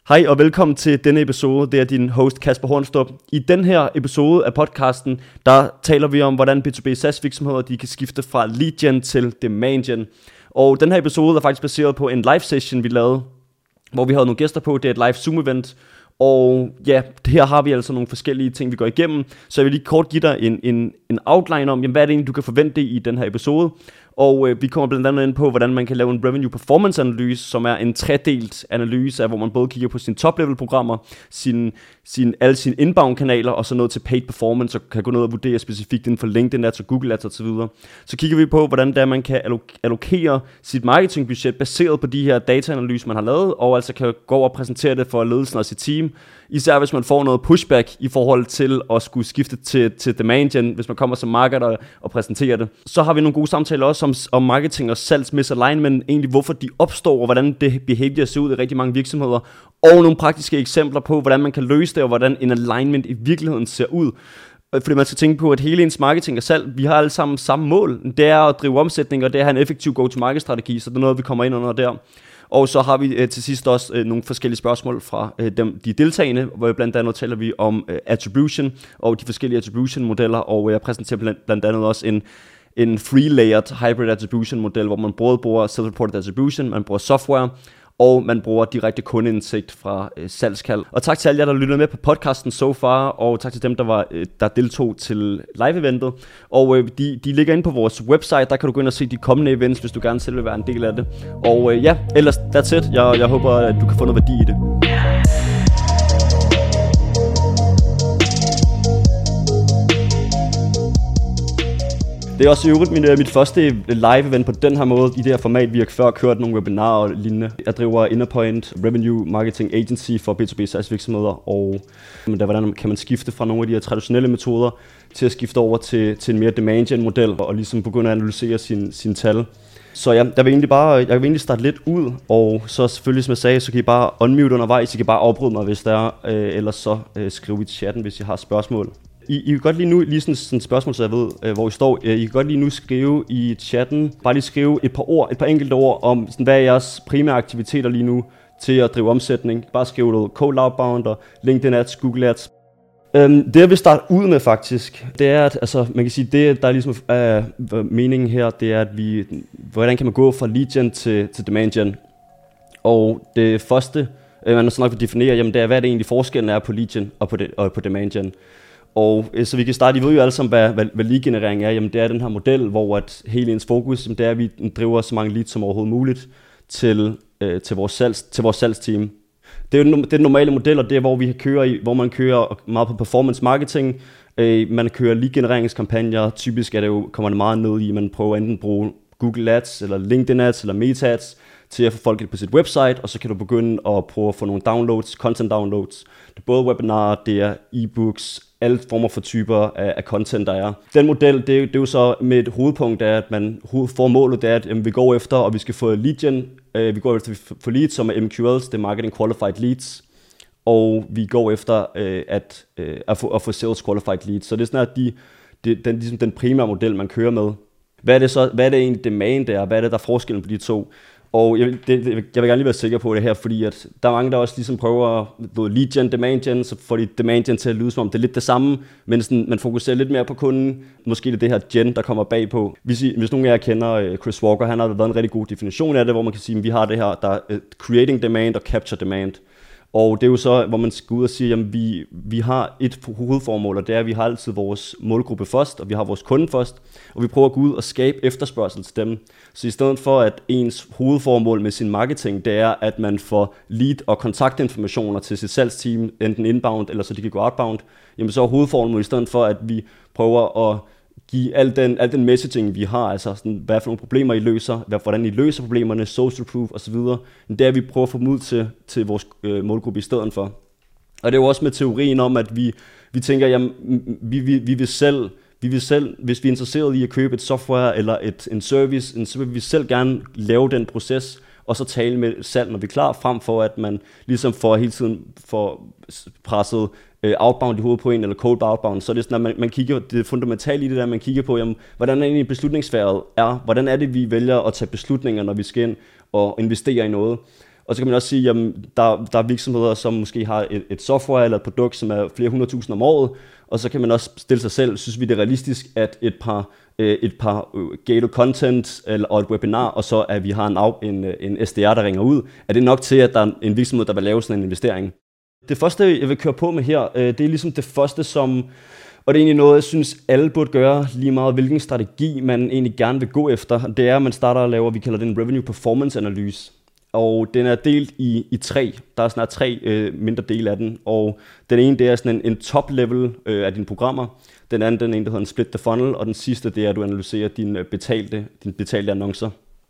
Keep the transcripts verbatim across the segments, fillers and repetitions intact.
Hej og velkommen til denne episode. Det er din host Kasper Hornstrup. I den her episode af podcasten, der taler vi om, hvordan B to B SaaS virksomheder de kan skifte fra lead gen til demand gen. Og den her episode er faktisk baseret på en live session, vi lavede, hvor vi havde nogle gæster på. Det er et live Zoom event. Og ja, her har vi altså nogle forskellige ting, vi går igennem. Så jeg vil lige kort give dig en, en, en outline om, jamen, hvad er det egentlig, du kan forvente i den her episode. Og øh, vi kommer blandt andet ind på, hvordan man kan lave en revenue performance analyse, som er en tredelt analyse af, hvor man både kigger på sine top level programmer, sin, sin, alle sine inbound kanaler, og så noget til paid performance, og kan gå ned og vurdere specifikt inden for LinkedIn Ads og Google Ads osv. Så kigger vi på, hvordan der man kan allokere sit marketingbudget baseret på de her dataanalyser, man har lavet, og altså kan gå over og præsentere det for ledelsen og sit team. Især hvis man får noget pushback i forhold til at skulle skifte til, til demand gen, hvis man kommer som marketer og præsenterer det. Så har vi nogle gode samtaler også om, om marketing og salgs misalignment, egentlig hvorfor de opstår, og hvordan det behavior ser ud i rigtig mange virksomheder, og nogle praktiske eksempler på, hvordan man kan løse det, og hvordan en alignment i virkeligheden ser ud. Fordi man skal tænke på, at hele ens marketing og salg, vi har alle sammen samme mål. Det er at drive omsætning, og det er at have en effektiv go-to-market-strategi, så det er noget, vi kommer ind under der. Og så har vi øh, til sidst også øh, nogle forskellige spørgsmål fra øh, dem, de deltagende, hvor blandt andet taler vi om øh, attribution og de forskellige attribution modeller, og jeg præsenterer blandt, blandt andet også en, en free-layered hybrid attribution model, hvor man både bruger self-reported attribution, man bruger software, og man bruger direkte kundeindsigt fra øh, salgskald. Og tak til alle jer, der lyttede med på podcasten so far, og tak til dem, der, var, øh, der deltog til live-eventet. Og øh, de, de ligger inde på vores website, der kan du gå ind og se de kommende events, hvis du gerne selv vil være en del af det. Og øh, ja, ellers that's it. Jeg, jeg håber, at du kan få noget værdi i det. Det er også i øvrigt mit, mit første live-event på den her måde, i det her format. Vi har før kørt nogle webinarer og lignende. Jeg driver Innerpoint Revenue Marketing Agency for B to B SaaS virksomheder, og der, hvordan kan man skifte fra nogle af de her traditionelle metoder til at skifte over til, til en mere demand gen model, og ligesom begynde at analysere sine sin tal. Så ja, jeg vil egentlig bare, jeg vil egentlig starte lidt ud, og så selvfølgelig, som jeg sagde, så kan I bare unmute undervejs, I kan bare afbryde mig, hvis der er, øh, ellers så øh, skriv i chatten, hvis I har spørgsmål. I, I kan godt lige nu, lige sådan, sådan et spørgsmål, så jeg ved, øh, hvor I står. I kan godt lige nu skrive i chatten, bare lige skrive et par ord, et par enkelte ord om, sådan, hvad er jeres primære aktiviteter lige nu til at drive omsætning. Bare skrive noget cold outbound og LinkedIn Ads, Google Ads. Um, det jeg vil starte ud med faktisk, det er, at altså, man kan sige, det der er ligesom uh, meningen her, det er, at vi, hvordan kan man gå fra lead gen til, til demand gen. Og det første, uh, man så nok vil definere, jamen det er, hvad er det egentlig forskellen er på lead gen og på, de, og på demand gen. Og så vi kan starte, I ved jo alle sammen, hvad, hvad, hvad lead-generering er. Jamen det er den her model, hvor at hele ens fokus, det er, at vi driver så mange leads som overhovedet muligt til, øh, til, vores, salgs, til vores salgsteam. Det er jo den, det er den normale model, og det er, hvor, vi kører i, hvor man kører meget på performance marketing. Øh, man kører lead-genereringskampagner. Typisk er det jo, kommer det meget ned i, at man prøver enten at bruge Google Ads, eller LinkedIn Ads, eller Meta Ads, til at få folk på sit website, og så kan du begynde at prøve at få nogle downloads, content downloads. Det er både webinarer, det er e-books, alle former for typer af, af content, der er. Den model, det er, det er jo så med et hovedpunkt, er, at man hovedformålet er, at jamen, vi går efter, og vi skal få lead gen. Øh, vi går efter for leads, som er M Q Ls, det er Marketing Qualified Leads. Og vi går efter øh, at, øh, at, få, at få Sales Qualified Leads. Så det er sådan, at de, de, den, ligesom den primære model, man kører med. Hvad er det så? Hvad er det egentlig demand er? Hvad er det, der er forskellen på de to? Og jeg, det, jeg vil gerne lige være sikker på det her, fordi at der er mange, der også ligesom prøver lead gen, demand gen, så får de demand gen til at lyde som om det er lidt det samme, men sådan, man fokuserer lidt mere på kunden. Måske det er det her gen, der kommer bagpå. Hvis, I, hvis nogen af jer kender Chris Walker, han har været en rigtig god definition af det, hvor man kan sige, at vi har det her, der er creating demand og capture demand. Og det er jo så, hvor man skal ud og sige, at vi, vi har et hovedformål, og det er, at vi har altid vores målgruppe først, og vi har vores kunde først, og vi prøver at gå ud og skabe efterspørgsel til dem. Så i stedet for, at ens hovedformål med sin marketing, det er, at man får lead- og kontaktinformationer til sit salgsteam, enten inbound, eller så de kan gå outbound, jamen så er hovedformålet i stedet for, at vi prøver at give al den, al den messaging, vi har, altså sådan, hvad for nogle problemer I løser, hvad, hvordan I løser problemerne, social proof osv., det er, at vi prøver at få dem ud til, til vores øh, målgruppe i stedet for. Og det er jo også med teorien om, at vi, vi tænker, jamen, vi, vi, vi vil selv, vi vil selv, hvis vi er interesseret i at købe et software eller et, en service, så vil vi selv gerne lave den proces, og så tale med salg, når vi er klar, frem for at man ligesom får hele tiden får presset outbound i hovedet på en, eller cold outbound, så er det sådan, at man, man kigger, det fundamentale i det der, man kigger på, jamen, hvordan er egentlig beslutningssfæret er, hvordan er det, vi vælger at tage beslutninger, når vi skal ind og investere i noget. Og så kan man også sige, at der, der er virksomheder, som måske har et, et software eller et produkt, som er flere hundrede tusind om året, og så kan man også stille sig selv, synes vi det er realistisk, at et par, øh, et par gated content eller, og et webinar, og så at vi har en, en, en S D R, der ringer ud, er det nok til, at der er en virksomhed, der vil lave sådan en investering. Det første, jeg vil køre på med her, øh, det er ligesom det første, som, og det er egentlig noget, jeg synes, alle burde gøre, lige meget hvilken strategi man egentlig gerne vil gå efter. Det er, at man starter og laver, vi kalder det en revenue performance analyse. Og den er delt i, i tre. Der er snart tre øh, mindre dele af den. Og den ene, det er sådan en, en top level øh, af dine programmer. Den anden, den ene, der hedder en split the funnel. Og den sidste, det er, at du analyserer dine betalte, dine betalte annoncer.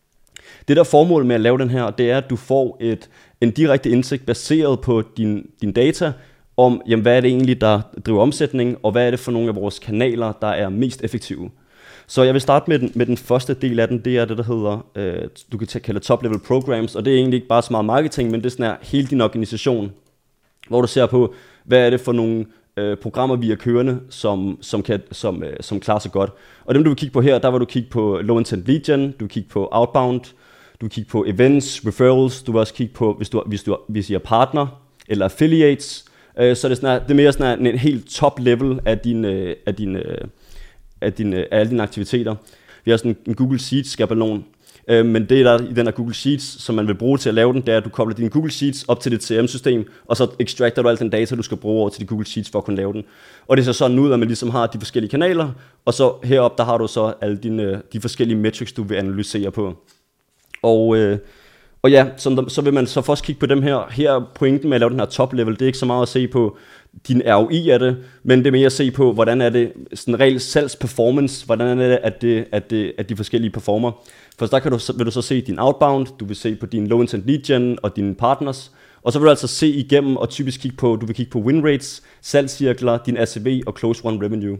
Det der formål med at lave den her, det er, at du får et, en direkte indsigt baseret på din, din data, om jamen, hvad er det egentlig, der driver omsætning, og hvad er det for nogle af vores kanaler, der er mest effektive. Så jeg vil starte med den, med den første del af den, det er det, der hedder, øh, du kan kalde top level programs, og det er egentlig ikke bare så meget marketing, men det er sådan her, hele din organisation, hvor du ser på, hvad er det for nogle øh, programmer, vi er kørende, som, som, kan, som, øh, som klarer sig godt. Og dem, du vil kigge på her, der vil du kigge på low intent lead gen, du vil kigge på outbound, du vil kigge på events, referrals, du vil også kigge på, hvis du, hvis du hvis I er partner eller affiliates, øh, så det er, sådan her, det er mere sådan her, en helt top level af din, øh, af din øh, Af, dine, af alle dine aktiviteter. Vi har sådan en Google Sheets-skabelon, øh, men det der i den her Google Sheets, som man vil bruge til at lave den, det er, at du kobler din Google Sheets op til dit C R M-system, og så extracter du al den data, du skal bruge over til de Google Sheets for at kunne lave den. Og det ser sådan ud, at man ligesom har de forskellige kanaler, og så heroppe, der har du så alle dine, de forskellige metrics, du vil analysere på. Og, øh, og ja, så, så vil man så først kigge på dem her. Her er pointen med at lave den her top level, det er ikke så meget at se på din R O I af det, men det er mere at se på, hvordan er det sådan reelt salgsperformance, hvordan er det, at, det, at, det, at de forskellige performer. For der kan du, vil du så se din outbound, du vil se på din low intent lead gen og dine partners, og så vil du altså se igennem og typisk kigge på, du vil kigge på win rates, salgscirkler, din A C V og close one revenue.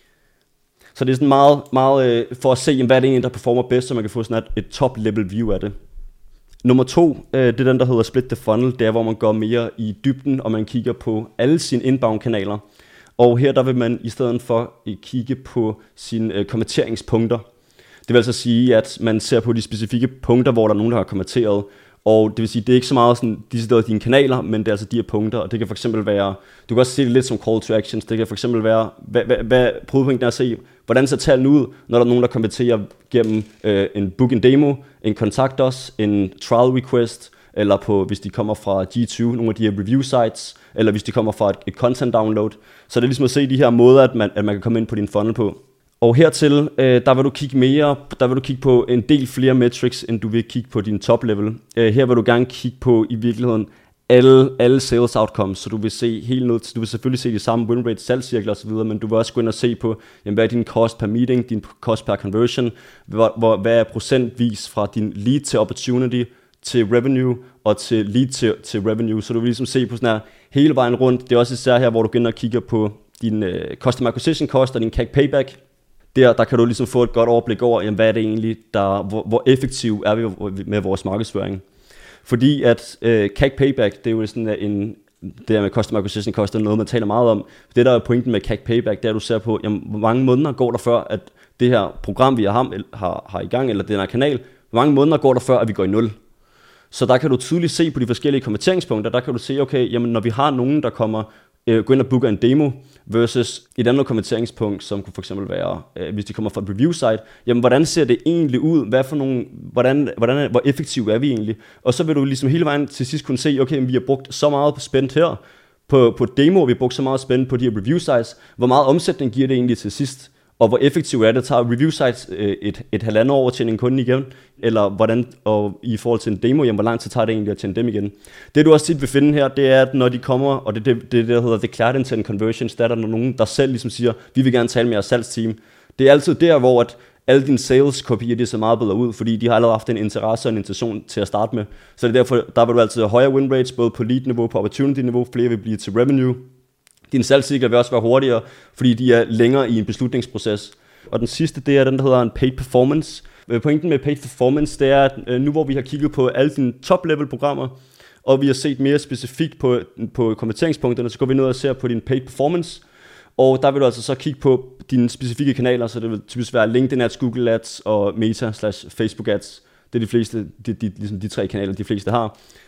Så det er sådan meget, meget for at se, hvad er det egentlig, der performer bedst, så man kan få sådan et, et top level view af det. Nummer to, det er den, der hedder split the funnel. Det er, hvor man går mere i dybden, og man kigger på alle sine inbound-kanaler. Og her der vil man i stedet for kigge på sine kommenteringspunkter. Det vil altså sige, at man ser på de specifikke punkter, hvor der er nogen, der har kommenteret. Og det vil sige, det er ikke så meget sådan, de sidder dine kanaler, men det er altså de her punkter. Og det kan for eksempel være, du kan også se det lidt som call to actions. Det kan for eksempel være, hvad, hvad, hvad prøvepunkten er at se, hvordan ser tallene ud, når der er nogen, der kommenterer gennem øh, en book en demo, en kontakt os, en trial request, eller på, hvis de kommer fra G tyve, nogle af de her review sites, eller hvis de kommer fra et, et content download. Så det er ligesom at se de her måder, at man, at man kan komme ind på din funnel på. Og hertil, øh, der vil du kigge mere, der vil du kigge på en del flere metrics, end du vil kigge på din top level. Øh, her vil du gerne kigge på i virkeligheden alle, alle sales outcomes, så du vil se helt ned, du vil selvfølgelig se de samme win rate, salgscirkler osv., men du vil også gå ind og se på, jamen, hvad er din cost per meeting, din cost per conversion, hvor, hvor, hvad er procentvis fra din lead til opportunity til revenue og til lead til, til revenue, så du vil ligesom se på sådan her hele vejen rundt. Det er også især her, hvor du går ind og kigger på din uh, customer acquisition cost og din C A C payback. Der, der kan du ligesom få et godt overblik over, jamen, hvad er det egentlig, der, hvor, hvor effektiv er vi med vores markedsføring. Fordi at øh, C A C payback, det er jo sådan en, det der med customer acquisition cost, er noget, man taler meget om. Det der er pointen med C A C payback, det er, at du ser på, jamen, hvor mange måneder går der før, at det her program, vi har, har, har i gang, eller den her kanal, hvor mange måneder går der før, at vi går i nul. Så der kan du tydeligt se på de forskellige konverteringspunkter, der kan du se, okay, jamen, når vi har nogen, der kommer, øh, går ind og booker en demo, versus et andet konverteringspunkt, som kunne for eksempel være, øh, hvis de kommer fra et review site, jamen hvordan ser det egentlig ud? Hvad for nogle, hvordan, hvordan, hvor effektive er vi egentlig? Og så vil du ligesom hele vejen til sidst kunne se, okay, vi har brugt så meget på spændt her, på, på demo, vi har brugt så meget spændt på de her review sites, hvor meget omsætning giver det egentlig til sidst? Og hvor effektivt er det? Tager review sites øh, et, et halvandet år at tjene en kunde igen? Eller hvordan, og i forhold til en demo, jamen, hvor lang tid tager det egentlig at tjene dem igen? Det du også tit vil finde her, det er, at når de kommer, og det er det, det, der hedder declared intent conversions, der er der nogen, der selv ligesom siger, vi vil gerne tale med jeres salgsteam. Det er altid der, hvor at alle dine sales-kopier, de ser meget bedre ud, fordi de har allerede haft en interesse og en intention til at starte med. Så det er derfor, der vil du altid have højere win rates, både på lead-niveau, på opportunity-niveau, flere vil blive til revenue. Dine salgscykler vil også være hurtigere, fordi de er længere i en beslutningsproces. Og den sidste, det er den, der hedder en paid performance. Pointen med paid performance, det er, at nu hvor vi har kigget på alle dine top-level-programmer, og vi har set mere specifikt på, på konverteringspunkterne, så går vi ned og ser på din paid performance. Og der vil du altså så kigge på dine specifikke kanaler, så det vil typisk være LinkedIn ads, Google ads og Meta slash Facebook ads. Det er de fleste, de, de, ligesom de tre kanaler, de fleste har.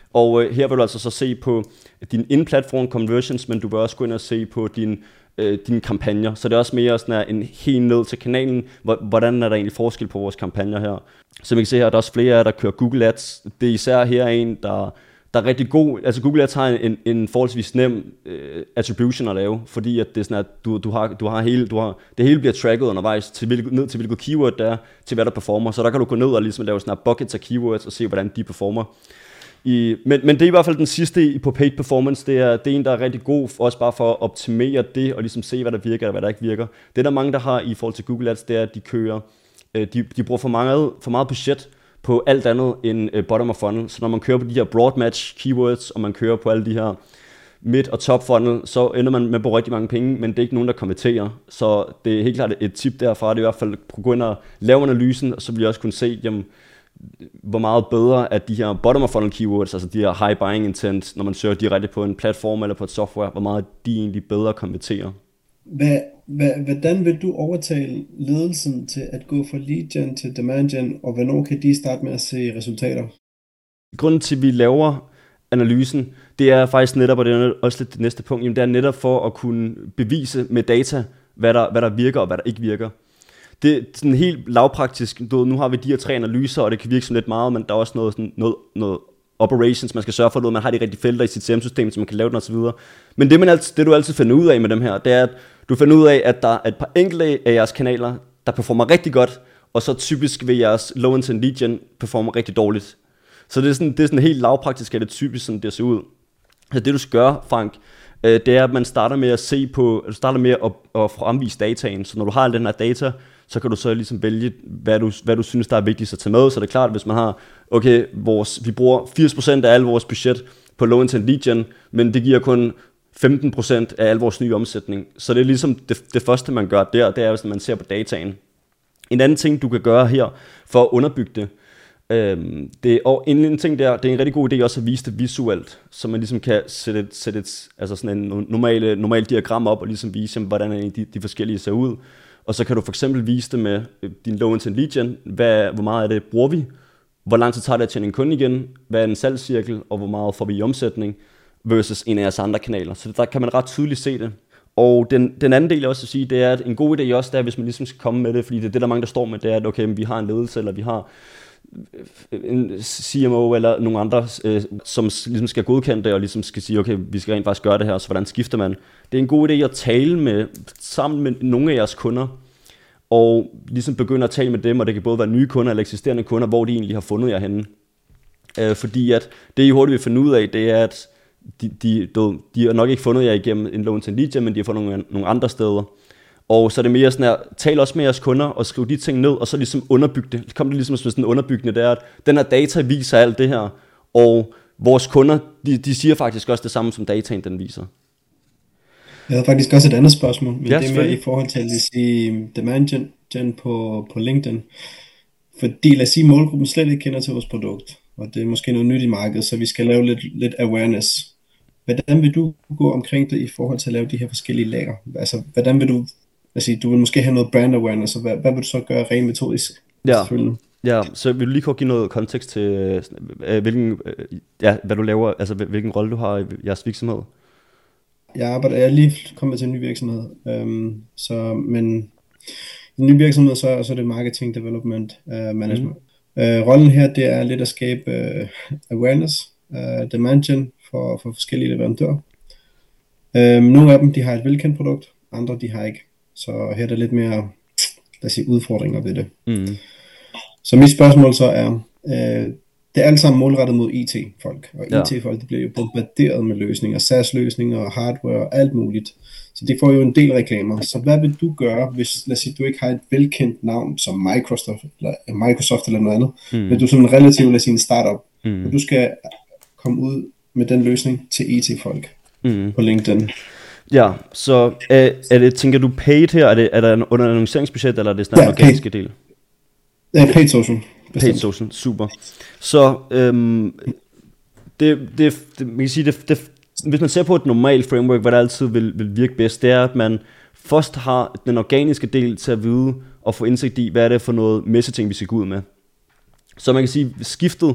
Og øh, her vil du altså så se på din in-platform conversions, men du vil også gå ind og se på din, øh, dine kampagner. Så det er også mere sådan en helt ned til kanalen, hvordan er der egentlig forskel på vores kampagner her. Som I kan se her, der er også flere af jer, der kører Google Ads. Det er især her en, der, der er rigtig god. Altså Google Ads har en, en forholdsvis nem øh, attribution at lave, fordi at det er sådan, at du, du har, du har hele, du har, det hele bliver tracket undervejs, til hvilket, ned til hvilket keyword der er, til hvad der performer. Så der kan du gå ned og ligesom lave sådan buckets af keywords og se, hvordan de performer. I, men, men det er i hvert fald den sidste på paid performance. Det er, det er en, der er rigtig god, også bare for at optimere det, og ligesom se, hvad der virker, og hvad der ikke virker. Det der mange, der har i forhold til Google Ads, det er, at de kører, de, de bruger for meget, for meget budget på alt andet end bottom of funnel. Så når man kører på de her broad match keywords, og man kører på alle de her mid- og top funnel, så ender man med at bruge rigtig mange penge, men det er ikke nogen, der konverterer. Så det er helt klart et tip derfra. Det er i hvert fald at gå ind og lave analysen, og så vil jeg også kunne se, jamen, hvor meget bedre at de her bottom of funnel keywords, altså de her high buying intent, når man søger direkte på en platform eller på et software, hvor meget de egentlig bedre konverterer. Hvad, hvad, hvordan vil du overtale ledelsen til at gå fra lead gen til demand gen, og hvornår kan de starte med at se resultater? Grunden til, at vi laver analysen, det er faktisk netop, og det er også lidt det næste punkt, jamen det er netop for at kunne bevise med data, hvad der, hvad der virker og hvad der ikke virker. Det er sådan helt lavpraktisk. Nu har vi de her tre analyser, og det kan virke sådan lidt meget, men der er også noget, sådan noget, noget operations, man skal sørge for, at man har de rigtige felter i sit C R M-system, så man kan lave den og så videre. Men det, man altid, det du altid finder ud af med dem her, det er, at du finder ud af, at der er et par enkelte af jeres kanaler, der performer rigtig godt, og så typisk vil jeres low intent lead gen performe rigtig dårligt. Så det er sådan, det er sådan helt lavpraktisk, at det typisk sådan det ser ud. Så det du skal gøre, Frank, det er, at man starter med at se på, du starter med at, at fremvise dataen. Så når du har al den her data, så kan du så ligesom vælge, hvad du, hvad du synes, der er vigtigt at tage med. Så det er klart, hvis man har, okay, vores, vi bruger firs procent af al vores budget på low intent lead gen, men det giver kun femten procent af al vores nye omsætning. Så det er ligesom det, det første, man gør der, det er, hvis man ser på dataen. En anden ting, du kan gøre her, for at underbygge det, øhm, det og en, en ting der, det er en rigtig god idé også at vise det visuelt, så man ligesom kan sætte et, sætte et altså sådan en normal, normal diagram op, og ligesom vise, hvordan de, de forskellige ser ud. Og så kan du for eksempel vise det med din low intent lead gen, hvad, hvor meget af det bruger vi, hvor lang tid tager det at tjene en kunde igen, hvad er en salgscirkel, og hvor meget får vi i omsætning, versus en af jeres andre kanaler. Så der kan man ret tydeligt se det. Og den, den anden del også at sige, det er, at en god idé også, det er, hvis man ligesom skal komme med det, fordi det er det, der mange, der står med, det er, at okay, vi har en ledelse, eller vi har en C M O eller nogle andre, øh, som ligesom skal godkende det, og ligesom skal sige, okay, vi skal rent faktisk gøre det her, så hvordan skifter man? Det er en god idé at tale med, sammen med nogle af jeres kunder, og ligesom begynde at tale med dem, og det kan både være nye kunder eller eksisterende kunder, hvor de egentlig har fundet jer henne. Øh, fordi at det, I hurtigt vil finde ud af, det er, at de, de, de, de har nok ikke fundet jer igennem en low intent lead gen, men de har fundet nogle, nogle andre steder. Og så er det mere sådan her, tal også med jeres kunder og skriv de ting ned, og så ligesom underbygge det. Kom det ligesom som sådan en underbyggende, det er, at den her data viser alt det her, og vores kunder, de, de siger faktisk også det samme, som dataen den viser. Jeg havde faktisk også et andet spørgsmål, men ja, det er mere i forhold til at sige demand gen, gen på, på LinkedIn. Fordi lad os sige, målgruppen slet ikke kender til vores produkt, og det er måske noget nyt i markedet, så vi skal lave lidt, lidt awareness. Hvordan vil du gå omkring det i forhold til at lave de her forskellige lager? Altså, hvordan vil du, altså, du vil måske have noget brand awareness, så hvad, hvad vil du så gøre rent metodisk? Ja, ja, så vil du lige kunne give noget kontekst til, øh, hvilken, øh, ja, hvad du laver, altså hvilken rolle du har i jeres virksomhed? Jeg arbejder, jeg er lige kommet til en ny virksomhed, øhm, så, men i en ny virksomhed, så, så er det marketing development uh, management. Mm. Uh, rollen her, det er lidt at skabe uh, awareness, uh, demand gen for, for forskellige leverandører. Uh, nogle af dem, de har et velkendt produkt, andre de har ikke. Så her er der lidt mere, lad os sige, udfordringer ved det. Mm. Så mit spørgsmål så er, uh, det er alt sammen målrettet mod I T-folk, og ja. I T-folk, de bliver jo bombarderet med løsninger, SaaS-løsninger, hardware og alt muligt. Så det får jo en del reklamer. Så hvad vil du gøre, hvis, lad os sige, du ikke har et velkendt navn som Microsoft eller, Microsoft eller noget andet, mm. men du er som en relativt, lad os sige, en startup, mm. og du skal komme ud med den løsning til I T-folk mm. på LinkedIn. Ja, så er, er det, tænker du paid her, er det, er der en under annonceringsbudget, eller er det sådan en ja, organiske del? Ja, paid social. Paid social, super. Så øhm, det, det, det, man kan sige, det, det, hvis man ser på et normalt framework, hvad der altid vil, vil virke bedst, det er, at man først har den organiske del til at vide og få indsigt i, hvad er det for noget messaging, vi skal gå ud med. Så man kan sige, skiftet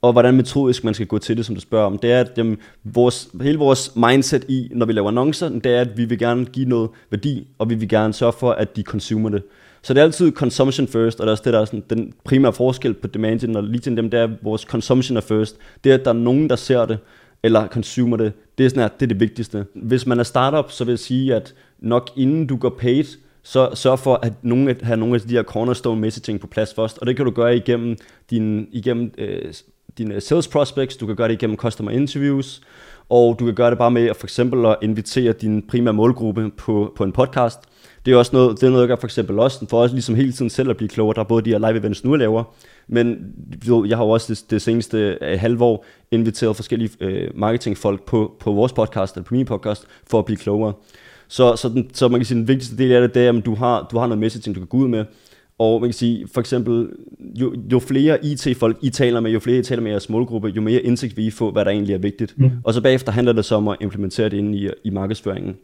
og hvordan metodisk man skal gå til det, som du spørger om. Det er, at jamen, vores, hele vores mindset i, når vi laver annoncer, det er, at vi vil gerne give noget værdi, og vi vil gerne sørge for, at de consumer det. Så det er altid consumption first, og det er også det, der er sådan, den primære forskel på demand gen og lead gen, dem, det er vores consumption er first. Det er, at der er nogen, der ser det, eller consumer det. Det er sådan her, det er det vigtigste. Hvis man er startup, så vil jeg sige, at nok inden du går paid, så sørg for at nogle, have nogle af de her cornerstone messaging på plads først, og det kan du gøre igennem din, igennem øh, dine sales prospects, du kan gøre det igennem customer interviews, og du kan gøre det bare med at for eksempel at invitere din primære målgruppe på, på en podcast. Det er også noget, det er noget, jeg gør for eksempel også, for også ligesom hele tiden selv at blive klogere. Der er både de her live events nu, jeg laver, men jeg har jo også det, det seneste uh, halve år inviteret forskellige uh, marketingfolk på, på vores podcast, eller på min podcast, for at blive klogere. Så, så, den, så man kan sige, den vigtigste del af det, det er, at du har, du har noget messaging, du kan gå ud med. Og man kan sige, for eksempel, jo, jo flere I T-folk I taler med, jo flere I taler med jeres målgruppe, jo mere indsigt vil I få, hvad der egentlig er vigtigt. Mm. Og så bagefter handler det så om at implementere det ind i, i markedsføringen.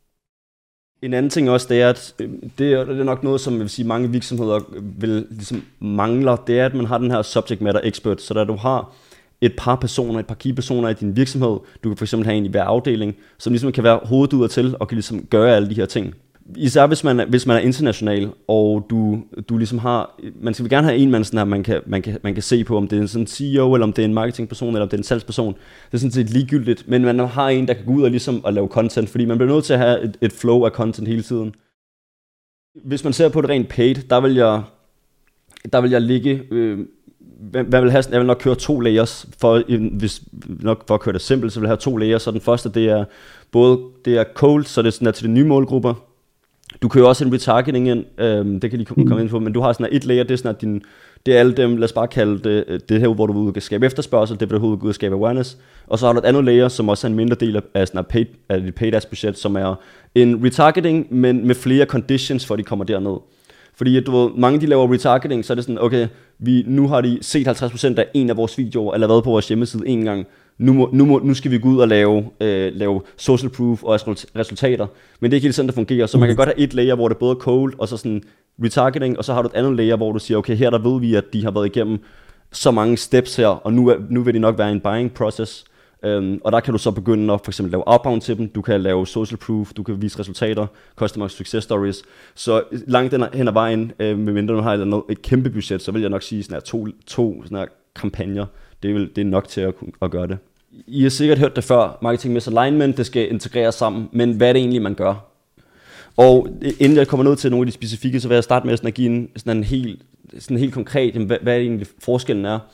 En anden ting også, det er, at det er, det er nok noget, som jeg vil sige, mange virksomheder vil ligesom mangler, det er, at man har den her subject matter expert, så der du har et par personer, et par key personer i din virksomhed, du kan for eksempel have en i hver afdeling, som ligesom kan være hovedet ud og til, og kan ligesom gøre alle de her ting. Især hvis man, hvis man er international, og du, du ligesom har, man skal gerne have en mand, sådan her, man kan, man, kan, man kan se på, om det er en sådan C E O, eller om det er en marketingperson, eller om det er en salgsperson. Det er sådan set ligegyldigt, men man har en, der kan gå ud og ligesom at lave content, fordi man bliver nødt til at have et, et flow af content hele tiden. Hvis man ser på det rent paid, der vil jeg, der vil jeg ligge, øh, hvad vil have, jeg vil nok køre to layers, for, hvis, nok for at køre det simpelt, så vil jeg have to layers, så den første, det er både, det er cold, så det er sådan, at til de nye målgrupper. Du kører også en retargeting ind, øhm, det kan de komme ind på, men du har sådan et layer, det er sådan at din, det er alle dem, lad os bare kalde det, det her, hvor du vil skabe efterspørgsel, det vil du ud og skabe awareness, og så har du et andet layer, som også er en mindre del af, sådan paid, af dit paid ads budget, som er en retargeting, men med flere conditions, for at de kommer derned. Fordi du ved, mange de laver retargeting, så er det sådan, okay, vi, nu har de set halvtreds procent af en af vores videoer, eller været på vores hjemmeside en gang, Nu, må, nu, må, nu skal vi gå ud og lave, øh, lave social proof og resultater. Men det er ikke helt sådan, det fungerer. Så man kan godt have et layer, hvor det er både cold og så sådan retargeting, og så har du et andet layer, hvor du siger, okay, her der ved vi, at de har været igennem så mange steps her, og nu, er, nu vil det nok være en buying process. Um, og der kan du så begynde at for eksempel lave outbound til dem, du kan lave social proof, du kan vise resultater, customer success stories. Så langt hen ad vejen, øh, medmindre du har et, et kæmpe budget, så vil jeg nok sige sådan her, to, to sådan her kampagner. Det er, vel, det er nok til at, at gøre det. I har sikkert hørt det før, marketing misalignment, det skal integreres sammen, men hvad er det egentlig, man gør? Og inden jeg kommer ned til nogle af de specifikke, så vil jeg starte med sådan at give en, sådan en helt, sådan helt konkret, hvad, hvad er det egentlig forskellen er.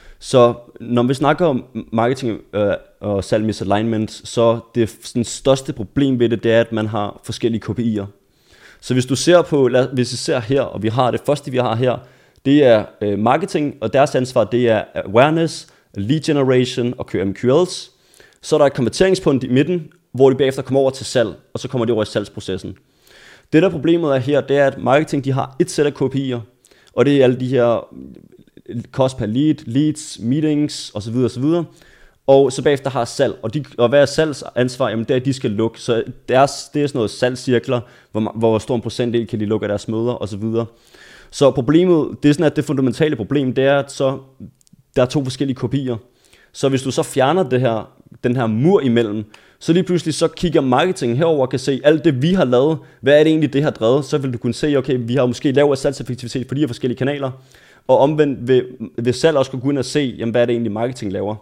Så når vi snakker om marketing øh, og salg misalignment, så det sådan, største problem ved det, det er, at man har forskellige K P I'er. Så hvis du ser på, hvis vi ser her, og vi har det første, vi har her, det er øh, marketing, og deres ansvar, det er awareness, lead generation og M Q Ls. Så er der et konverteringspunkt i midten, hvor de bagefter kommer over til salg, og så kommer de over i salgsprocessen. Det der problemet er her, det er, at marketing de har et sæt af K P I'er, og det er alle de her cost per lead, leads, meetings osv. osv. Og så bagefter har salg, og, de, og hvad er salgs ansvar? Jamen det er, at de skal lukke. Så deres, det er sådan noget salgscirkler, hvor, hvor stor en procentdel kan de lukke af deres møder osv. Så problemet, det er sådan, at det fundamentale problem, det er, at så, der er to forskellige K P I'er. Så hvis du så fjerner det her, den her mur imellem, så lige pludselig så kigger marketing herover og kan se alt det vi har lavet, hvad er det egentlig det har drevet, så vil du kunne se, okay, vi har måske lavere salgseffektivitet for de her forskellige kanaler, og omvendt vil, vil salg også kunne gå ind og se, jamen, hvad er det egentlig marketing laver.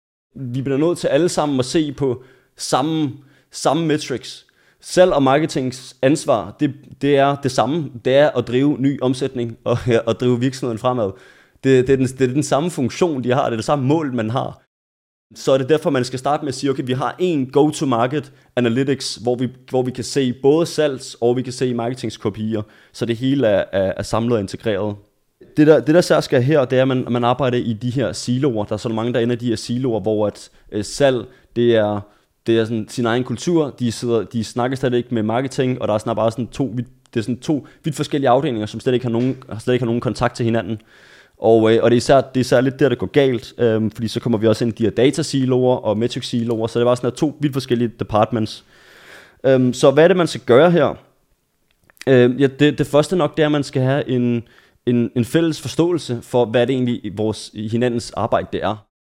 Vi bliver nødt til alle sammen at se på samme, samme metrics. Salg og marketings ansvar, det, det er det samme, det er at drive ny omsætning og at drive virksomheden fremad. Det, det, er den, det er den samme funktion, de har, det er det samme mål, man har. Så er det derfor, man skal starte med at sige, okay, vi har en go-to-market analytics, hvor vi, hvor vi kan se både salgs, og vi kan se marketings K P I'er, så det hele er, er, er samlet og integreret. Det der, det der særligt skal her, det er, at man, man arbejder i de her siloer. Der er så mange, der ender i de her siloer, hvor at, øh, salg, det er, det er sådan sin egen kultur. De, sidder, de snakker slet ikke med marketing, og der er sådan bare sådan to, det er sådan to vidt forskellige afdelinger, som slet ikke har nogen, slet ikke har nogen kontakt til hinanden. Og, øh, og det, er især, det er især lidt der, det går galt, øh, fordi så kommer vi også ind i de her data-siloer og metric-siloer, så det var sådan her to vidt forskellige departments. Øh, så hvad er det, man skal gøre her? Øh, ja, det, det første nok, det er, at man skal have en, en, en fælles forståelse for, hvad det egentlig i vores i hinandens arbejde det er.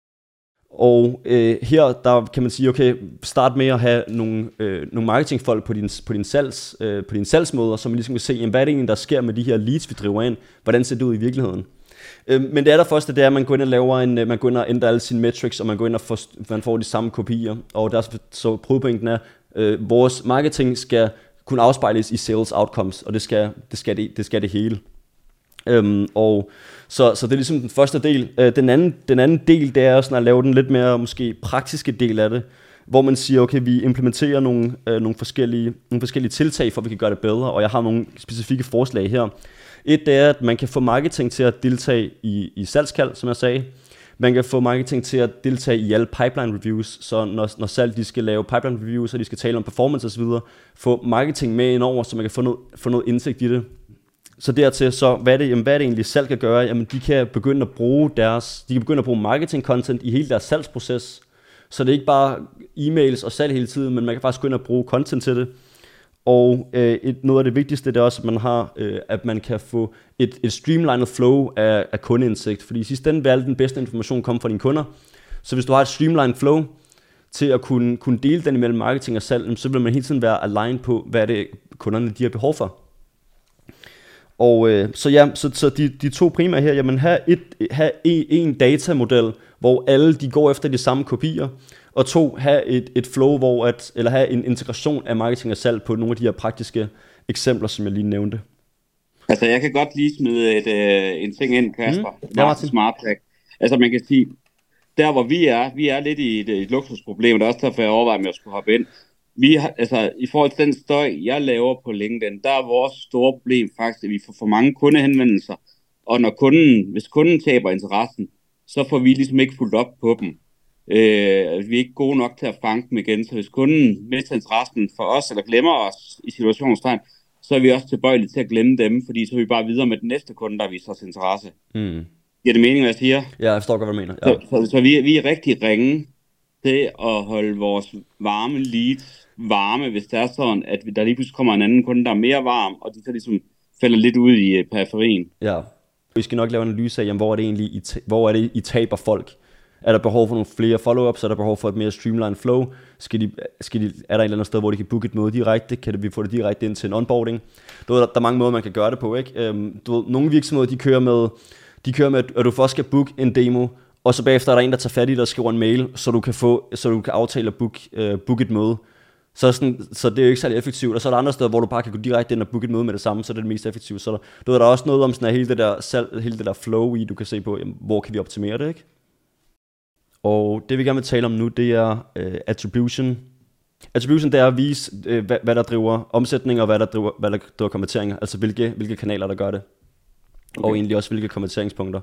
Og øh, her der kan man sige, okay, start med at have nogle, øh, nogle marketingfolk på din, på din, salgs, øh, på din salgsmåder, som ligesom kan se, jamen, hvad er det egentlig, der sker med de her leads, vi driver ind, hvordan ser det ud i virkeligheden. Øh, men det er der første, det er, at man går ind og laver en, man går ind og ændrer alle sine metrics, og man går ind og får, man får de samme kopier, og der så hovedpointen er, øh, vores marketing skal kunne afspejles i sales outcomes, og det skal det, skal det, det, skal det hele. Øhm, og så, så det er ligesom den første del. øh, den, anden, den anden del, det er sådan at lave den lidt mere måske praktiske del af det, hvor man siger, okay, vi implementerer nogle, øh, nogle, forskellige, nogle forskellige tiltag, for at vi kan gøre det bedre, og jeg har nogle specifikke forslag her. Et, det er, at man kan få marketing til at deltage i, i salgskald, som jeg sagde. Man kan få marketing til at deltage i alle pipeline reviews, så når, når salg de skal lave pipeline reviews, og de skal tale om performance osv., få marketing med indover, så man kan få noget, få noget indsigt i det. Så dertil, så hvad er det, jamen, hvad er det egentlig salg kan gøre? Jamen, de kan begynde at bruge deres, de kan begynde at bruge marketing content i hele deres salgsproces. Så det er ikke bare e-mails og salg hele tiden, men man kan faktisk begynde at bruge content til det. Og øh, et, noget af det vigtigste, det er også, at man har, øh, at man kan få et, et streamlined flow af, af kundeindsigt. Fordi i sidste ende vil al den bedste information komme fra dine kunder. Så hvis du har et streamlined flow til at kunne, kunne dele den imellem marketing og salg, så vil man hele tiden være aligned på, hvad det kunderne de har behov for. Og øh, så ja, så, så de, de to primære her, jamen have, et, have en, en datamodel, hvor alle de går efter de samme kopier, og to, have et, et flow, hvor at, eller have en integration af marketing og salg på nogle af de her praktiske eksempler, som jeg lige nævnte. Altså jeg kan godt lige smide et, øh, en ting ind, Kasper. Mm, ja, Martin. Smart Pack. Altså man kan sige, der hvor vi er, vi er lidt i et, et luksusproblem, og det er også derfor jeg overvejer, om jeg skulle hoppe ind. Vi har, altså, i forhold til den støj, jeg laver på LinkedIn, der er vores store problem faktisk, at vi får for mange kundehenvendelser, og når kunden, hvis kunden taber interessen, så får vi ligesom ikke fulgt op på dem. Øh, vi er ikke gode nok til at fange dem igen, så hvis kunden mister interessen for os, eller glemmer os i situationstegn, så er vi også tilbøjelige til at glemme dem, fordi så er vi bare videre med den næste kunde, der viser os interesse. Mm. Giver det mening, hvad jeg siger? Ja, jeg forstår godt, hvad du mener. Ja. Så, så, så vi, vi er rigtig ringe til at holde vores varme leads varme, hvis det er sådan, at der lige pludselig kommer en anden kunde, der er mere varm, og de så ligesom falder lidt ud i periferien. Ja, vi skal nok lave en analyse af, jamen, hvor er det egentlig, I, t- hvor er det, I taber folk? Er der behov for nogle flere follow-ups? Er der behov for et mere streamlined flow? Skal de, skal de, er der et eller andet sted, hvor de kan booke et møde direkte? Kan vi få det direkte ind til en onboarding? Du ved, der, der er mange måder, man kan gøre det på, ikke? Øhm, du ved, nogle virksomheder, de kører med, de kører med, at du først skal booke en demo, og så bagefter er der en, der tager fat i dig og skriver en mail, så du kan, få, så du kan aftale at book, uh, book et møde. Så, sådan, så det er jo ikke særlig effektivt. Og så er der andre steder, hvor du bare kan gå direkte ind og booke et møde med det samme, så det er det mest effektive. Så der, du ved, der er også noget om sådan, hele, det der salg, hele det der flow i, du kan se på, jamen, hvor kan vi optimere det, ikke? Og det vi gerne vil tale om nu, det er uh, attribution. Attribution, det er at vise, uh, hvad, hvad der driver omsætning, og hvad der driver, hvad der driver konverteringer. Altså hvilke, hvilke kanaler, der gør det. Okay. Og egentlig også hvilke konverteringspunkter.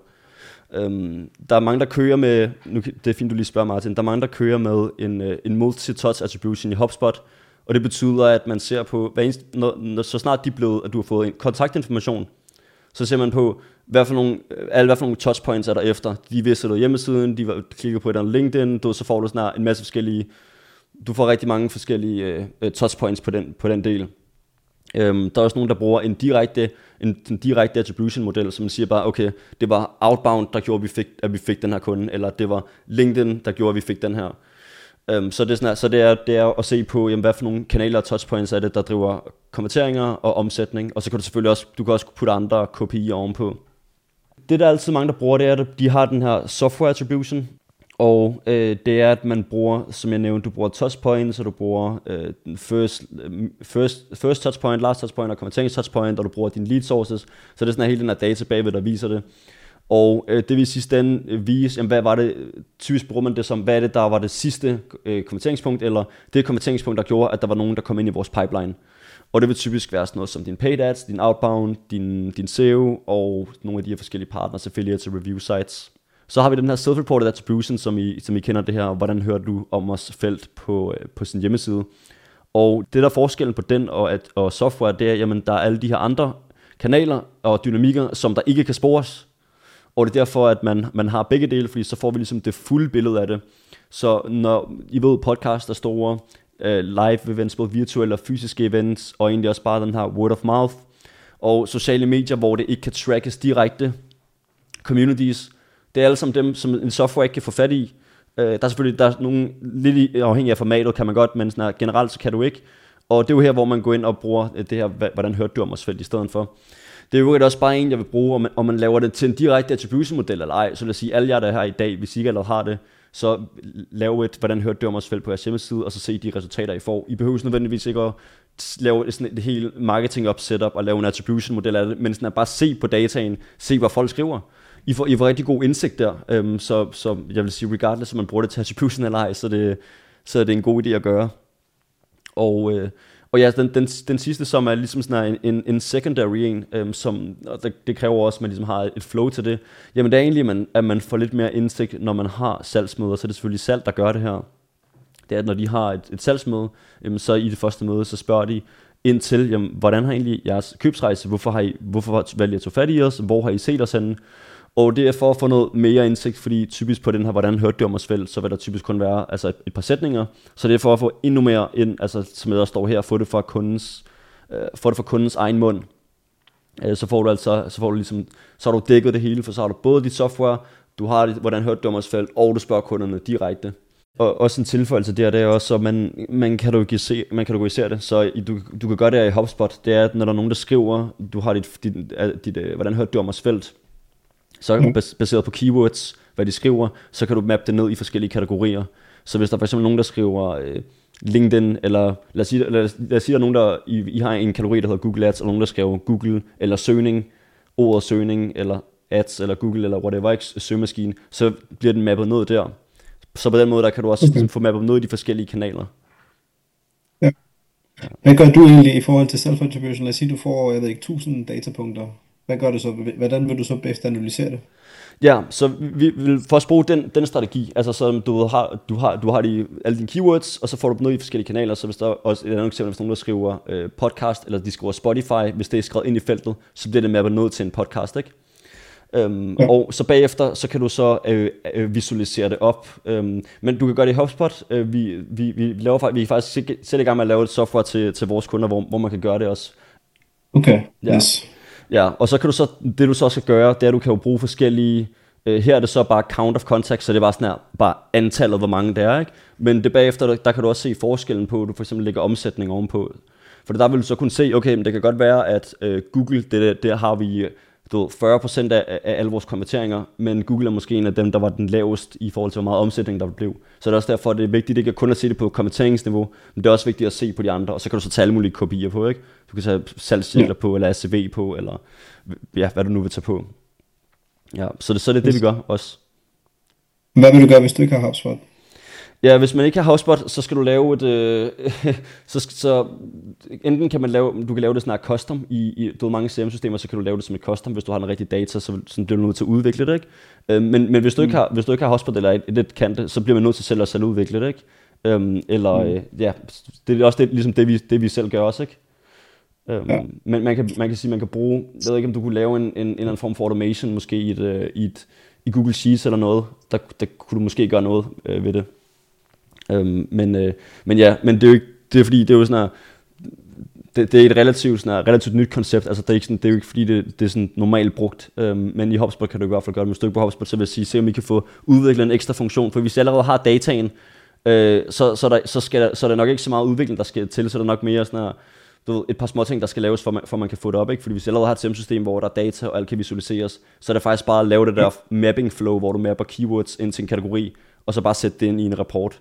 Um, der er mange, der kører med, nu, det er fint, du lige spørger Martin, der er mange, der kører med en, uh, en multi-touch attribution i HubSpot, og det betyder, at man ser på, hvad eneste, når, når, så snart de er blevet, at du har fået en kontaktinformation, så ser man på, hvad for nogle, alle, hvad for nogle touchpoints er der efter. De visiter hjemmesiden, de klikker på et eller andet LinkedIn, du, så får du snart en masse forskellige, du får rigtig mange forskellige uh, touchpoints på den, på den del. Um, der er også nogen, der bruger en direkte, en, en direkte attribution model, som siger bare, okay, det var outbound, der gjorde, at vi fik, at vi fik den her kunde, eller det var LinkedIn, der gjorde, at vi fik den her. Um, så det er, sådan, så det er, det er at se på, jamen, hvad for nogle kanaler og touchpoints er det, der driver konverteringer og omsætning, og så kan du selvfølgelig også, du kan også putte andre K P I'er ovenpå. Det der er altid mange, der bruger, det er, at de har den her software attribution, og øh, det er, at man bruger, som jeg nævnte, du bruger touchpoint, så du bruger øh, first, first, first touchpoint, last touchpoint og converting touchpoint, og du bruger dine lead sources. Så det er sådan hele den her data bagved, der viser det. Og øh, det vil i sidste ende vise, jamen, hvad var det, typisk bruger man det som, hvad er det, der var det sidste øh, konverteringspunkt, eller det konverteringspunkt, der gjorde, at der var nogen, der kom ind i vores pipeline. Og det vil typisk være sådan noget som din paid ads, din outbound, din, din S E O, og nogle af de her forskellige partners, affiliates og review sites. Så har vi den her self-reported attribution, som I, som I kender det her, hvordan hører du om os felt på, på sin hjemmeside. Og det der er forskellen på den og, at, og software, det er, jamen der er alle de her andre kanaler og dynamikker, som der ikke kan spores. Og det er derfor, at man, man har begge dele, fordi så får vi ligesom det fulde billede af det. Så når I ved, podcast er store, uh, live events, både virtuelle og fysiske events, og egentlig også bare den her word of mouth, og sociale medier, hvor det ikke kan trackes direkte, communities, det er alle sammen dem, som en software ikke kan få fat i. Øh, der er selvfølgelig der er nogle, lidt afhængig af formatet kan man godt, men sådan her, generelt så kan du ikke. Og det er jo her, hvor man går ind og bruger det her, hvordan hørte du om os felt i stedet for. Det er jo også bare en, jeg vil bruge, om man, om man laver det til en direkte attribution model eller ej. Så lad os sige, alle jer der er her i dag, hvis I ikke allerede har det, så lav et, hvordan hørte du om os felt på jeres hjemmeside, og så se de resultater, I får. I behøver nødvendigvis ikke at lave sådan et helt marketing up setup og lave en attribution model af det, men sådan at bare se på dataen, se hvad folk skriver. I får, I får rigtig god indsigt der, øhm, så, så jeg vil sige, regardless om man bruger det til attribution eller ej, så, det, så er det en god idé at gøre. Og, øh, og ja, den, den, den sidste, som er ligesom sådan en, en, en secondary en, øhm, som, og det, det kræver også, at man ligesom har et flow til det, jamen det er egentlig, at man, at man får lidt mere indsigt, når man har salgsmøder, så er det selvfølgelig salg, der gør det her. Det er, at når de har et, et salgsmøde, jamen, så i det første møde, så spørger de ind til, jamen, hvordan har egentlig jeres købsrejse, hvorfor har I, hvorfor valgte I at tage fat i os, hvor har I set os henne? Og det er for at få noget mere indsigt, fordi typisk på den her, hvordan hørte du om os vel, så vil der typisk kun være altså et, et par sætninger. Så det er for at få endnu mere ind, altså som jeg også står her, få det fra kundens, øh, få det fra kundens egen mund. Øh, så får du altså, så får du ligesom, så har du dækket det hele, for så har du både dit software, du har dit, hvordan hørte du om os vel, og du spørger kunderne direkte. Og også en tilføjelse der, det er også, så man, man kan kategorisere, man kategorisere det, så du, du kan gøre det her i HubSpot, det er, at når der er nogen, der skriver, du har dit, dit, dit, dit hvordan hørte du om os felt, så kan du baseret på keywords, hvad de skriver, så kan du mappe det ned i forskellige kategorier. Så hvis der er for eksempel nogen, der skriver øh, LinkedIn, eller lad os sige, lad os, lad os sige der er nogen, der I, I har en kategori, der hedder Google Ads, og nogen, der skriver Google, eller søgning, ordet søgning, eller ads, eller Google, eller whatever, ikke, søgemaskine, så bliver den mappet ned der. Så på den måde, der kan du også okay. få mappet ned i de forskellige kanaler. Ja. Hvad gør du egentlig i forhold til self-attribution? Lad os sige, du får, jeg ved ikke, tusind datapunkter. Hvad gør du så? Hvordan vil du så bedst analysere det? Ja, så vi vil først bruge den, den strategi. Altså så du har, du har, du har de, alle dine keywords, og så får du dem ned i forskellige kanaler. Så hvis der er også et andet eksempel, hvis nogen der skriver øh, podcast, eller de skriver Spotify, hvis det er skrevet ind i feltet, så bliver det mappet ned til en podcast, ikke? Øhm, ja. Og så bagefter, så kan du så øh, øh, visualisere det op. Øhm, men du kan gøre det i HubSpot. Øh, vi, vi, vi, laver, vi er faktisk selv i gang med at lave et software til, til vores kunder, hvor, hvor man kan gøre det også. Okay, ja. Yes. Ja, og så kan du så, det du så skal gøre, det er, at du kan jo bruge forskellige, øh, her er det så bare count of contacts, så det er bare sådan her, bare antallet, hvor mange det er, ikke? Men det bagefter, der, der kan du også se forskellen på, at du for eksempel lægger omsætning ovenpå. For der vil du så kunne se, okay, men det kan godt være, at øh, Google, det der har vi du ved, fyrre procent af, af alle vores konverteringer, men Google er måske en af dem, der var den lavest i forhold til, hvor meget omsætning der blev. Så det er også derfor, at det er vigtigt ikke kun at se det på konverteringsniveau, men det er også vigtigt at se på de andre, og så kan du så tage alle mulige kopier på, ikke? Du kan tage salgscirkler på, eller A C V på, eller ja, hvad du nu vil tage på. Ja, så det, så er det det, vi gør også. Hvad vil du gøre, hvis du ikke har HubSpot? Ja, hvis man ikke har HubSpot, så skal du lave et, øh, så, så enten kan man lave, du kan lave det sådan her custom i, i du ved, mange C R M-systemer, så kan du lave det som et custom, hvis du har den rigtige data, så, så bliver du nødt til at udvikle det, ikke? Øh, men, men hvis du ikke har, hvis du ikke har HubSpot eller et, et kan det, så bliver man nødt til selv at selv udvikle det, ikke? Øh, eller øh, ja, det er også det, ligesom det vi, det vi selv gør også, ikke? Øh, ja. Men man kan, man kan sige, man kan bruge, jeg ved ikke om du kunne lave en, en, en eller anden form for automation, måske i et, i et i Google Sheets eller noget, der, der kunne du måske gøre noget øh, ved det. Øhm, men, øh, men ja, men det er jo ikke, det er fordi, det er jo sådan her, det, det er et relativt, sådan her, relativt nyt koncept, altså det er, ikke sådan, det er jo ikke fordi, det, det er sådan normalt brugt, øhm, men i HubSpot kan du i hvert fald gøre det, hvis du ikke på HubSpot, så vil jeg sige, se om I kan få udviklet en ekstra funktion, for hvis I allerede har dataen, øh, så, så, der, så, skal der, så er der nok ikke så meget udvikling, der skal til, så er der nok mere sådan her, du ved, et par små ting, der skal laves, for man, for man kan få det op, ikke? Fordi hvis I allerede har et C R M-system, hvor der er data, og alt kan visualiseres, så er det faktisk bare at lave det der mapping flow, hvor du mapper keywords ind til en kategori, og så bare sætte det ind i en rapport.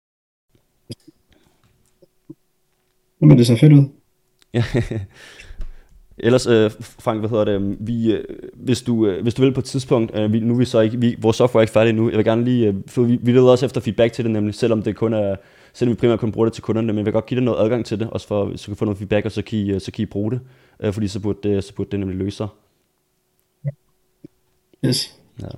Men det ser fedt ud. Ja. Ellers, øh, Frank, hvad hedder det, vi, øh, hvis, du, øh, hvis du vil på et tidspunkt, øh, vi, nu er vi så ikke, vi, vores software er ikke færdig nu, jeg vil gerne lige, øh, for vi, vi leder også efter feedback til det nemlig, selvom det kun er, selvom vi primært kun bruger det til kunderne, men jeg vil godt give dig noget adgang til det, også for, så kan få noget feedback, og så kan I, så kan I bruge det, øh, fordi så burde, det, så burde det nemlig løse sig. Yes. Ja.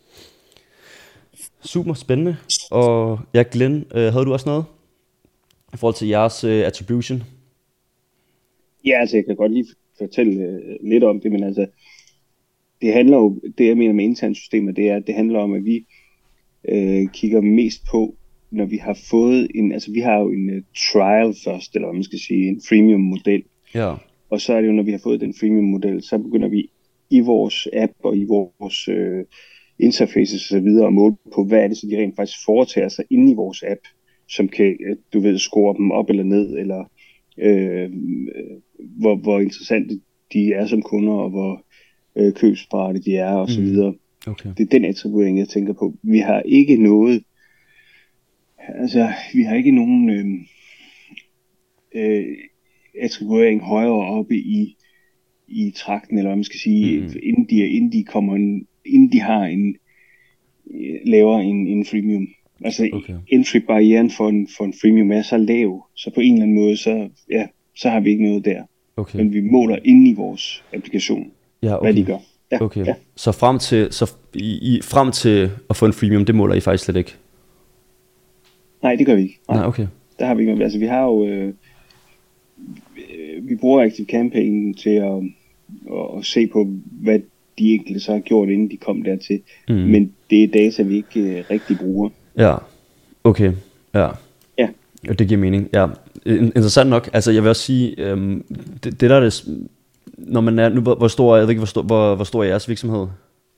Super spændende, og ja, Glenn, øh, havde du også noget i forhold til jeres uh, attribution? Ja, altså jeg kan godt lige fortælle uh, lidt om det, men altså det handler jo, det jeg mener med interne systemer, det er, at det handler om, at vi uh, kigger mest på, når vi har fået en, altså vi har jo en uh, trial først, eller hvad man skal sige, en freemium model. Ja. Og så er det jo, når vi har fået den freemium model, så begynder vi i vores app og i vores uh, interfaces og så videre, og måle på, hvad er det, så de rent faktisk foretager sig inde i vores app, som kan, du ved, score dem op eller ned, eller øh, hvor, hvor interessante de er som kunder, og hvor øh, købsparate de er, og så videre. Mm. Okay. Det er den attribuering, jeg tænker på. Vi har ikke noget, altså, vi har ikke nogen øh, øh, attribuering højere oppe i, i trakten, eller hvad man skal sige, mm. inden, de, inden de kommer, en, inden de har en, laver en, en freemium. Altså, okay. Entry-barrieren for en, for en freemium er så lav, så på en eller anden måde, så, ja, så har vi ikke noget der. Okay. Men vi måler inde i vores applikation, ja, okay. hvad de gør. Ja, okay. Ja. Så frem til så i, i frem til at få en freemium, det måler I faktisk slet ikke? Nej, det gør vi ikke. Nej, Nej okay. Der har vi ikke. Altså vi har jo øh, vi bruger ActiveCampaign til at, at, at se på, hvad de enkelte så har gjort, inden de kom dertil. Mm. Men det er data, vi ikke øh, rigtig bruger. Ja. Okay. Ja. Ja. Og det giver mening. Ja. Interessant nok. Altså jeg vil også sige, øhm, det, det der er det, når man er nu, hvor, hvor stor, jeg ved ikke, hvor stor, hvor, hvor stor er jeres virksomhed?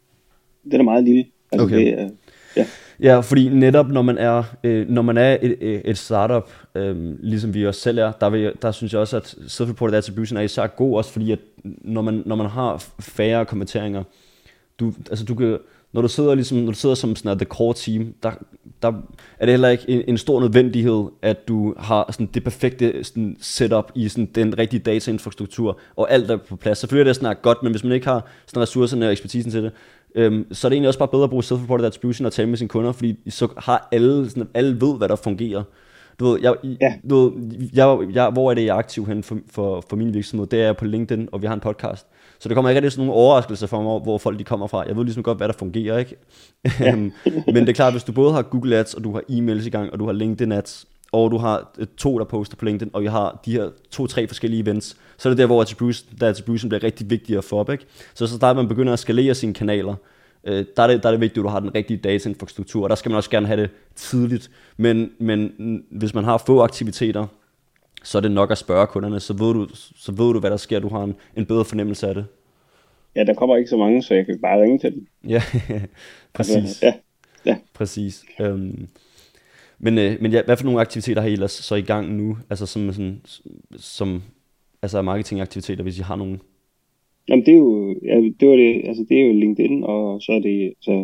Den er meget lille. Altså okay. Det er, ja. Ja, fordi netop når man er, øh, når man er et, et startup, øh, ligesom vi også selv er, der, vil, der synes jeg også, at self-reported attribution er især god, også fordi at når man, når man har færre kommenteringer, du, altså du kan, når du sidder ligesom, når du sidder som sådan the core team, der, der er det heller ikke en, en stor nødvendighed, at du har sådan det perfekte sådan setup i sådan den rigtige datainfrastruktur, og alt er på plads. Selvfølgelig er det sådan godt, men hvis man ikke har sådan ressourcerne og ekspertisen til det, øhm, så er det egentlig også bare bedre at bruge self-reported attribution og tale med sine kunder, fordi så har alle, sådan, alle ved, hvad der fungerer. Du ved, jeg, ja. du ved jeg, jeg, hvor er det, jeg er aktiv hen for, for, for min virksomhed? Det er på LinkedIn, og vi har en podcast. Så der kommer ikke rigtig sådan nogle overraskelser for mig, hvor folk de kommer fra. Jeg ved ligesom godt, hvad der fungerer, ikke? Ja. Men det er klart, hvis du både har Google Ads, og du har e-mails i gang, og du har LinkedIn Ads, og du har to, der poster på LinkedIn, og vi har de her to-tre forskellige events, så er det der, hvor attribution, der attribution bliver rigtig vigtig at få op, ikke? Så så starter man begynder at skalere sine kanaler. Øh, der, er det, der er det vigtigt, at du har den rigtige datainfrastruktur, og der skal man også gerne have det tidligt. Men, men hvis man har få aktiviteter, så er det nok at spørge kunderne, så ved du, så ved du hvad der sker, du har en, en bedre fornemmelse af det. Ja, der kommer ikke så mange, så jeg kan bare ringe til dem. Ja, præcis. Altså, ja, ja. Præcis. Øhm, men, øh, men ja, hvad for nogle aktiviteter har I ellers så i gang nu, altså som, sådan, som altså marketingaktiviteter, hvis I har nogle? Jamen det er jo, ja, det var det, altså det er jo LinkedIn, og så er det så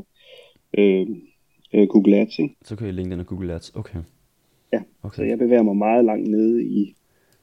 øh, øh, Google Ads, ikke? Så kan I LinkedIn og Google Ads, okay. Ja, okay. Så jeg bevæger mig meget langt nede i,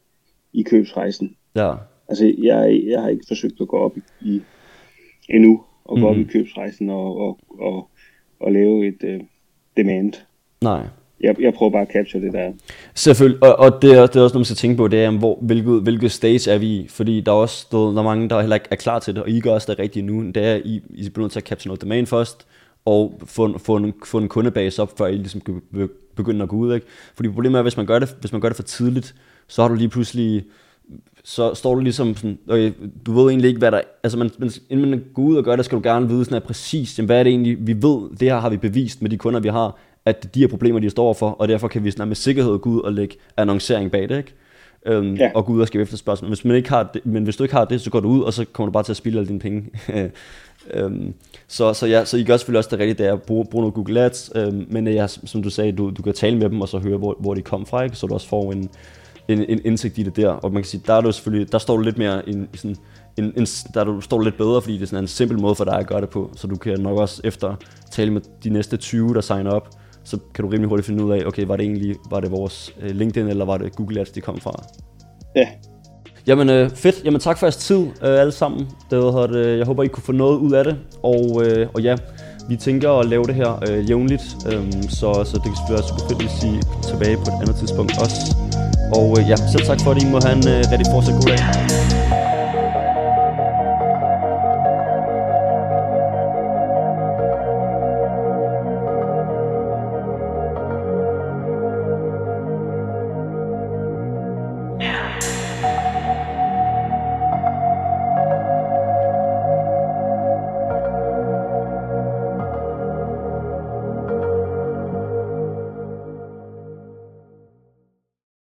i købsrejsen. Ja. Altså jeg, jeg har ikke forsøgt at gå op i, i endnu, og gå mm. op i købsrejsen og, og, og, og lave et øh, demand. Nej. Jeg, jeg prøver bare at capture det der. Selvfølgelig, og, og det, er, det er også noget, man skal tænke på, det er, hvor, hvilket, hvilket stage er vi i, fordi der er også der er mange, der heller ikke er klar til det, og I gør også det rigtigt nu, det er, I, I bliver nødt til at capture noget demand først, og få, få, en, få en kundebase op, før I ligesom begynder at gå ud, ikke? Fordi problemet er, hvis man gør det, hvis man gør det for tidligt, så har du lige pludselig, så står du ligesom sådan, okay, du ved egentlig ikke, hvad der, altså man, man, inden man går ud og gør det, skal du gerne vide sådan her præcis, jamen, hvad er det egentlig, vi ved, det her har vi bevist med de kunder, vi har, at de her problemer, de står for, og derfor kan vi sådan med sikkerhed gå ud og lægge annoncering bag det, ikke? Øhm, ja. Og gå ud og skabe efterspørgsel. Hvis man ikke har det, men hvis du ikke har det, så går du ud, og så kommer du bare til at spilde alle dine penge. øhm, så, så, ja, så I gør selvfølgelig også det rigtige, det er at bruge, bruge noget Google Ads, øhm, men ja, som du sagde, du, du kan tale med dem, og så høre, hvor, hvor de kom fra, ikke? Så du også får en, en, en indsigt i det der, og man kan sige, der er du selvfølgelig, der står du lidt mere i sådan, en, en, der du står lidt bedre, fordi det er sådan en simpel måde for dig at gøre det på, så du kan nok også efter tale med de næste tyve, der signer op, så kan du rimelig hurtigt finde ud af, okay, var det egentlig, var det vores øh, LinkedIn, eller var det Google Ads, de kom fra? Ja. Jamen øh, fedt, jamen tak for jeres tid øh, alle sammen. Det var, det, jeg håber, I kunne få noget ud af det, og, øh, og ja, vi tænker at lave det her øh, jævnligt, øh, så, så det kan selvfølgelig være super fedt, hvis I er tilbage på et andet tidspunkt også. Og øh, ja, selv tak for det, I må have en øh, rigtig fortsat god dag.